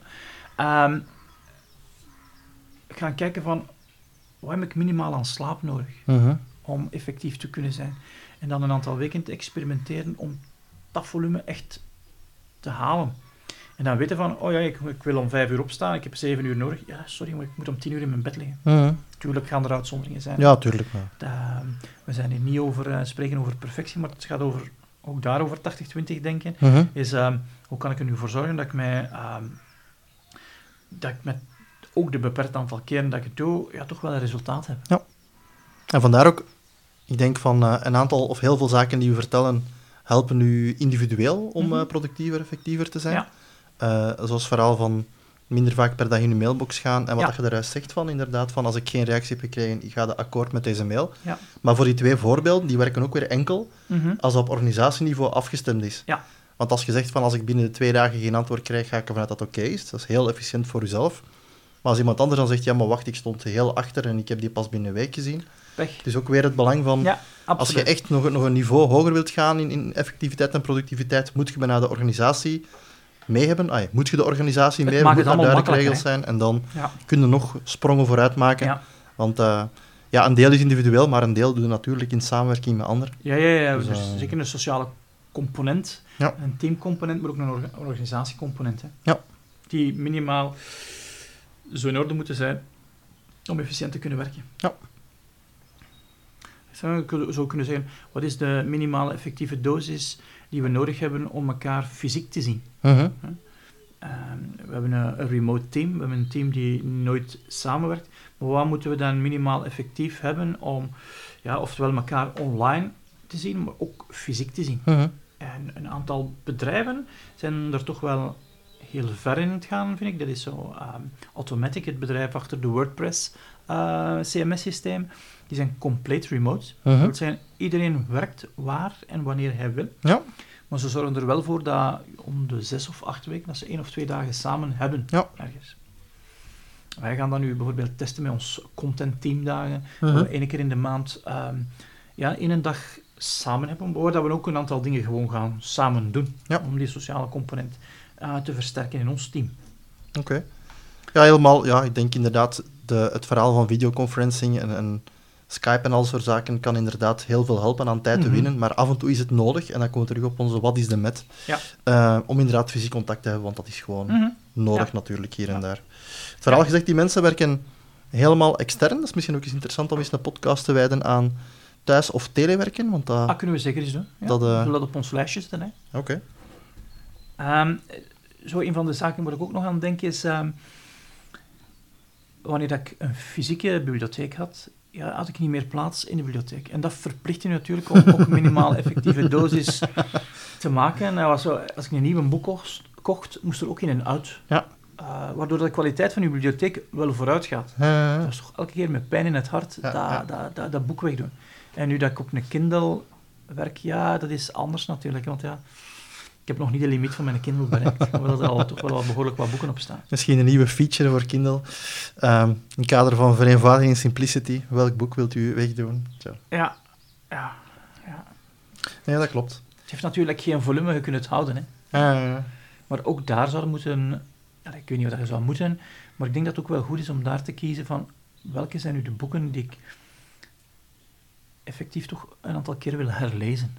Speaker 1: Gaan kijken van, wat heb ik minimaal aan slaap nodig om effectief te kunnen zijn? En dan een aantal weken te experimenteren om dat volume echt te halen. En dan weten van, ik wil om 5 uur opstaan, ik heb 7 uur nodig. Ja, sorry, maar ik moet om 10 uur in mijn bed liggen. Tuurlijk gaan er uitzonderingen zijn.
Speaker 2: Ja, tuurlijk.
Speaker 1: We zijn hier niet over spreken over perfectie, maar het gaat ook daarover 80-20 denken. Is, hoe kan ik er nu voor zorgen dat ik met ook de beperkt aantal keren dat ik het doe, toch wel een resultaat heb.
Speaker 2: Ja. En vandaar ook, ik denk van een aantal of heel veel zaken die we vertellen, helpen u individueel om productiever, effectiever te zijn. Ja. Zoals het verhaal van minder vaak per dag in uw mailbox gaan en wat je eruit zegt van, inderdaad, van als ik geen reactie heb gekregen, ik ga de akkoord met deze mail. Ja. Maar voor die 2 voorbeelden, die werken ook weer enkel als dat op organisatieniveau afgestemd is. Ja. Want als je zegt van, als ik binnen de 2 dagen geen antwoord krijg, ga ik ervan uit dat het oké is. Dat is heel efficiënt voor jezelf. Maar als iemand anders dan zegt, ja, maar wacht, ik stond heel achter en ik heb die pas binnen een week gezien. Pech. Dus ook weer het belang van, als je echt nog een niveau hoger wilt gaan in effectiviteit en productiviteit, moet je bijna de organisatie mee hebben. Moet je de organisatie mee hebben, moet er duidelijke regels zijn. En dan kun je nog sprongen vooruit maken. Ja. Want een deel is individueel, maar een deel doe je natuurlijk in samenwerking met anderen.
Speaker 1: Ja. Dus zeker een sociale component, een teamcomponent, maar ook een organisatiecomponent. Hè. Ja. Die minimaal zo in orde moeten zijn om efficiënt te kunnen werken. Ja. Ik zou kunnen zeggen, wat is de minimale effectieve dosis die we nodig hebben om elkaar fysiek te zien? We hebben een remote team, we hebben een team die nooit samenwerkt, maar wat moeten we dan minimaal effectief hebben om oftewel elkaar online te zien, maar ook fysiek te zien? En een aantal bedrijven zijn er toch wel heel ver in het gaan, vind ik. Dat is zo Automatic, het bedrijf achter de WordPress CMS-systeem. Die zijn compleet remote. Dat wil zeggen, iedereen werkt waar en wanneer hij wil.
Speaker 2: Ja.
Speaker 1: Maar ze zorgen er wel voor dat om de 6 of 8 weken, dat ze 1 of 2 dagen samen hebben ergens. Wij gaan dat nu bijvoorbeeld testen met ons content teamdagen. Dat we 1 keer in de maand in een dag samen hebben, waar dat we ook een aantal dingen gewoon gaan samen doen. Om die sociale component te versterken in ons team.
Speaker 2: Oké. Ja, helemaal. Ja, ik denk inderdaad, het verhaal van videoconferencing en Skype en al soort zaken kan inderdaad heel veel helpen aan tijd te winnen, maar af en toe is het nodig, en dan komen we terug op onze wat is de met, om inderdaad fysiek contact te hebben, want dat is gewoon nodig natuurlijk hier en daar. Het verhaal gezegd, die mensen werken helemaal extern. Dat is misschien ook eens interessant om eens een podcast te wijden aan thuis- of telewerken. Want dat
Speaker 1: kunnen we zeker eens doen. Ja. We zullen dat op ons lijstje zetten.
Speaker 2: Oké.
Speaker 1: Zo een van de zaken waar ik ook nog aan denk is, wanneer dat ik een fysieke bibliotheek had, had ik niet meer plaats in de bibliotheek. En dat verplicht je natuurlijk om ook minimaal effectieve dosis te maken. En als ik een nieuw boek kocht, moest er ook in en uit.
Speaker 2: Ja.
Speaker 1: Waardoor de kwaliteit van je bibliotheek wel vooruit gaat. Dat is toch elke keer met pijn in het hart dat boek wegdoen. En nu dat ik op een Kindle werk, dat is anders natuurlijk. Want ik heb nog niet de limiet van mijn Kindle bereikt. Hoewel er al toch wel behoorlijk wat boeken op staan.
Speaker 2: Misschien een nieuwe feature voor Kindle. In het kader van vereenvoudiging en simplicity. Welk boek wilt u wegdoen? Zo.
Speaker 1: Ja,
Speaker 2: dat klopt.
Speaker 1: Het heeft natuurlijk geen volume, je kunt het houden. Maar ook daar zou moeten... ik weet niet wat je zou moeten, maar ik denk dat het ook wel goed is om daar te kiezen van welke zijn nu de boeken die ik effectief toch een aantal keer wil herlezen.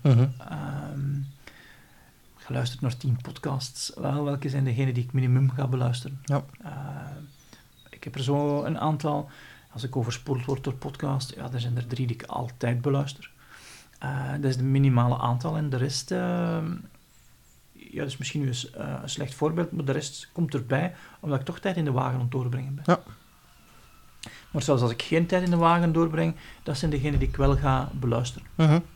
Speaker 1: Geluisterd naar 10 podcasts. Welke zijn degenen die ik minimum ga beluisteren?
Speaker 2: Ja.
Speaker 1: Ik heb er zo een aantal. Als ik overspoeld word door podcast, er zijn er 3 die ik altijd beluister. Dat is het minimale aantal. En de rest... dat is misschien nu een slecht voorbeeld, maar de rest komt erbij, omdat ik toch tijd in de wagen aan het doorbrengen ben.
Speaker 2: Ja.
Speaker 1: Maar zelfs als ik geen tijd in de wagen doorbreng, dat zijn degenen die ik wel ga beluisteren.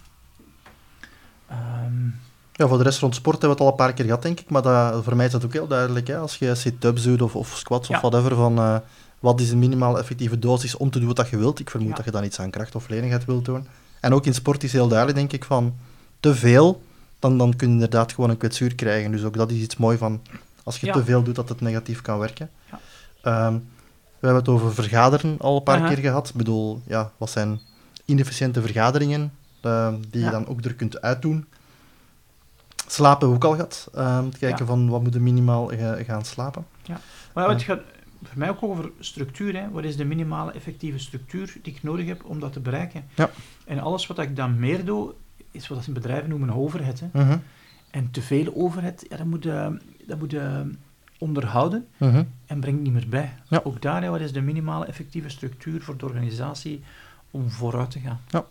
Speaker 2: Voor de rest rond sport hebben we het al een paar keer gehad, denk ik, maar voor mij is dat ook heel duidelijk. Hè? Als je sit-ups doet of squats of whatever, van wat is een minimaal effectieve dosis om te doen wat je wilt. Ik vermoed dat je dan iets aan kracht of lenigheid wilt doen. En ook in sport is heel duidelijk, denk ik, van te veel, dan kun je inderdaad gewoon een kwetsuur krijgen. Dus ook dat is iets mooi van, als je te veel doet, dat het negatief kan werken. We hebben het over vergaderen al een paar keer gehad. Ik bedoel, wat zijn inefficiënte vergaderingen die je dan ook er kunt uitdoen. Slapen hebben we ook al gehad. Te kijken van wat moet je minimaal gaan slapen.
Speaker 1: Ja. Maar het gaat voor mij ook over structuur. Hè. Wat is de minimale effectieve structuur die ik nodig heb om dat te bereiken? Ja. En alles wat ik dan meer doe, is wat bedrijven noemen overhead. Hè. En te veel overhead, dat moet je onderhouden en brengt niet meer bij. Ja. Ook daar, wat is de minimale effectieve structuur voor de organisatie om vooruit te gaan? Ja.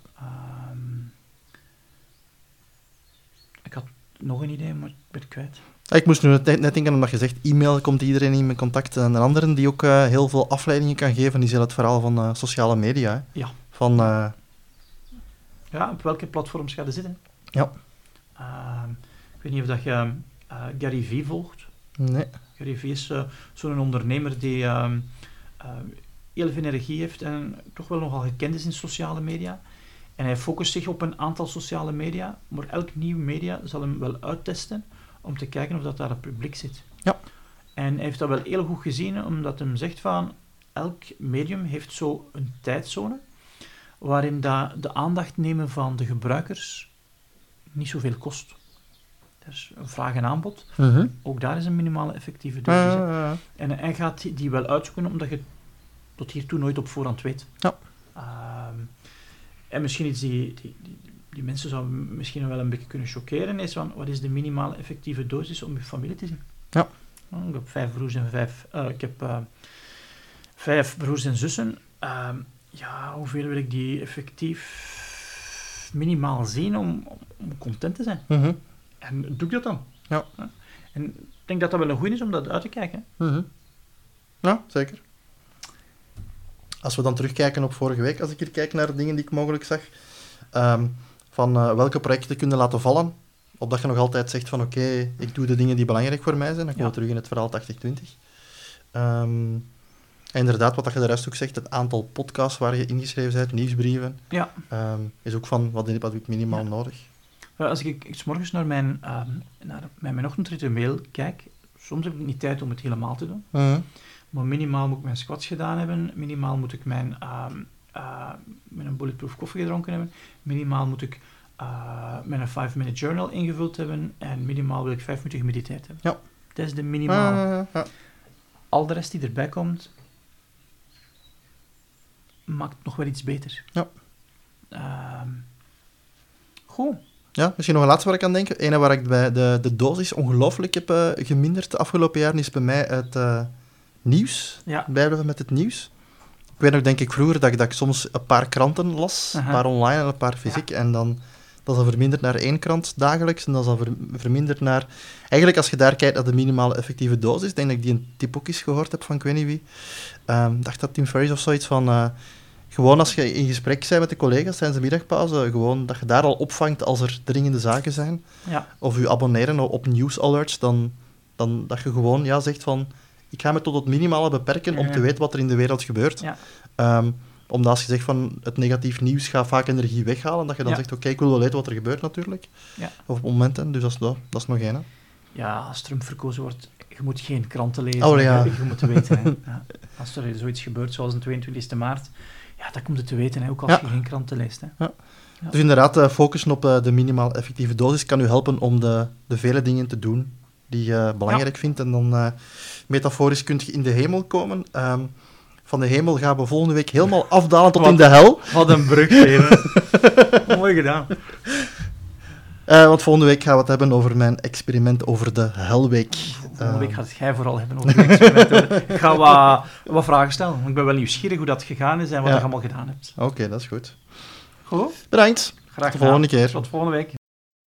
Speaker 1: Ik had nog een idee, maar ik ben het kwijt.
Speaker 2: Ik moest nu net denken, omdat je zegt e-mail, komt iedereen in mijn contact. En een andere die ook heel veel afleidingen kan geven, is heel het verhaal van sociale media. Hè.
Speaker 1: Ja.
Speaker 2: Van,
Speaker 1: op welke platforms ga je zitten?
Speaker 2: Ja.
Speaker 1: Ik weet niet of dat je Gary Vee volgt.
Speaker 2: Nee.
Speaker 1: Gary Vee is zo'n ondernemer die heel veel energie heeft en toch wel nogal gekend is in sociale media. En hij focust zich op een aantal sociale media, maar elk nieuw media zal hem wel uittesten om te kijken of dat daar een publiek zit.
Speaker 2: Ja.
Speaker 1: En hij heeft dat wel heel goed gezien, omdat hij zegt van elk medium heeft zo een tijdzone waarin de aandacht nemen van de gebruikers niet zoveel kost. Dus een vraag en aanbod. Ook daar is een minimale effectieve dosis. En hij gaat die wel uitzoeken, omdat je tot hiertoe nooit op voorhand weet.
Speaker 2: Ja.
Speaker 1: En misschien iets die mensen zou misschien wel een beetje kunnen choqueren, is van, wat is de minimale effectieve dosis om je familie te zien?
Speaker 2: Ja.
Speaker 1: Ik heb 5 broers en 5 broers en zussen. Hoeveel wil ik die effectief minimaal zien om content te zijn? En doe ik dat dan?
Speaker 2: Ja.
Speaker 1: En ik denk dat dat wel een goed is om dat uit te kijken.
Speaker 2: Ja, zeker. Als we dan terugkijken op vorige week, als ik hier kijk naar dingen die ik mogelijk zag, van welke projecten kunnen laten vallen, opdat je nog altijd zegt van oké, ik doe de dingen die belangrijk voor mij zijn. Dan komen we
Speaker 1: Ja.
Speaker 2: terug in het verhaal 80-20. En inderdaad, wat je de rest ook zegt, het aantal podcasts waar je ingeschreven bent, nieuwsbrieven,
Speaker 1: Ja.
Speaker 2: is ook van wat heb ik minimaal nodig.
Speaker 1: Als ik 's morgens naar mijn ochtendritueel kijk, soms heb ik niet tijd om het helemaal te doen. Maar minimaal moet ik mijn squats gedaan hebben. Minimaal moet ik mijn bulletproof koffie gedronken hebben. Minimaal moet ik mijn 5-minute journal ingevuld hebben. En minimaal wil ik 5 minuten gemediteerd hebben.
Speaker 2: Ja.
Speaker 1: Dat is de minimaal.
Speaker 2: Ja.
Speaker 1: Al de rest die erbij komt, maakt het nog wel iets beter.
Speaker 2: Ja.
Speaker 1: Goed.
Speaker 2: Ja, misschien nog een laatste waar ik aan denk. Ene waar ik bij de dosis ongelooflijk heb geminderd de afgelopen jaren, is bij mij het nieuws.
Speaker 1: Ja.
Speaker 2: Bijblijven met het nieuws. Ik weet nog, denk ik, vroeger dat ik soms een paar kranten las.
Speaker 1: Aha.
Speaker 2: Een paar online en een paar fysiek. Ja. En dan dat is dan verminderd naar 1 krant dagelijks. En dat is dan verminderd naar... Eigenlijk, als je daar kijkt naar de minimale effectieve dosis, denk dat ik die een tip ook eens gehoord heb van ik weet niet wie. Dacht dat Tim Ferriss of zoiets van... gewoon als je in gesprek bent met de collega's tijdens de middagpauze, gewoon dat je daar al opvangt als er dringende zaken zijn.
Speaker 1: Ja.
Speaker 2: Of je abonneren op nieuwsalerts, dan dat je gewoon zegt van... Ik ga me tot het minimale beperken om te weten wat er in de wereld gebeurt.
Speaker 1: Ja.
Speaker 2: Omdat als je zegt van het negatief nieuws gaat vaak energie weghalen, dat je dan zegt, oké, ik wil wel weten wat er gebeurt natuurlijk.
Speaker 1: Ja.
Speaker 2: Of op momenten, dus dat is nog één. Hè.
Speaker 1: Ja, als Trump verkozen wordt, je moet geen kranten lezen.
Speaker 2: Oh, ja.
Speaker 1: Je moet het weten. Hè. Ja. Als er zoiets gebeurt, zoals de 22e maart, ja, dan komt het te weten, hè, ook als je geen kranten leest. Hè.
Speaker 2: Ja. Ja. Dus inderdaad, focussen op de minimaal effectieve dosis kan u helpen om de vele dingen te doen die je belangrijk vindt. En dan, metaforisch, kun je in de hemel komen. Van de hemel gaan we volgende week helemaal afdalen tot in de hel.
Speaker 1: Wat een brug, Steven. Mooi gedaan.
Speaker 2: Want volgende week gaan we het hebben over mijn experiment over de helweek.
Speaker 1: Volgende week gaat het jij vooral hebben over het experiment. Ik ga wat vragen stellen, want ik ben wel nieuwsgierig hoe dat gegaan is en wat je allemaal gedaan hebt.
Speaker 2: Oké, dat is goed.
Speaker 1: Goed.
Speaker 2: Bedankt.
Speaker 1: Graag
Speaker 2: tot de volgende keer.
Speaker 1: Tot volgende week.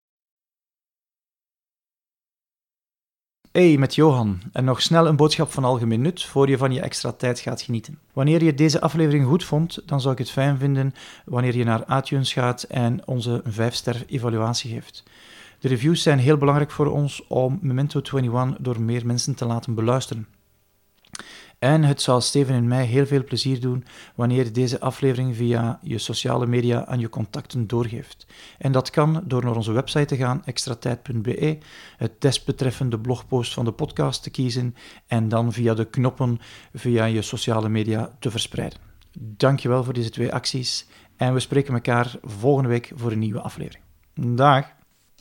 Speaker 1: Hey, met Johan. En nog snel een boodschap van algemeen nut voor je van je extra tijd gaat genieten. Wanneer je deze aflevering goed vond, dan zou ik het fijn vinden wanneer je naar iTunes gaat en onze 5-ster evaluatie geeft. De reviews zijn heel belangrijk voor ons om Memento 21 door meer mensen te laten beluisteren. En het zou Steven en mij heel veel plezier doen wanneer je deze aflevering via je sociale media aan je contacten doorgeeft. En dat kan door naar onze website te gaan, extratijd.be, het desbetreffende blogpost van de podcast te kiezen en dan via de knoppen via je sociale media te verspreiden. Dankjewel voor deze 2 acties en we spreken elkaar volgende week voor een nieuwe aflevering. Dag!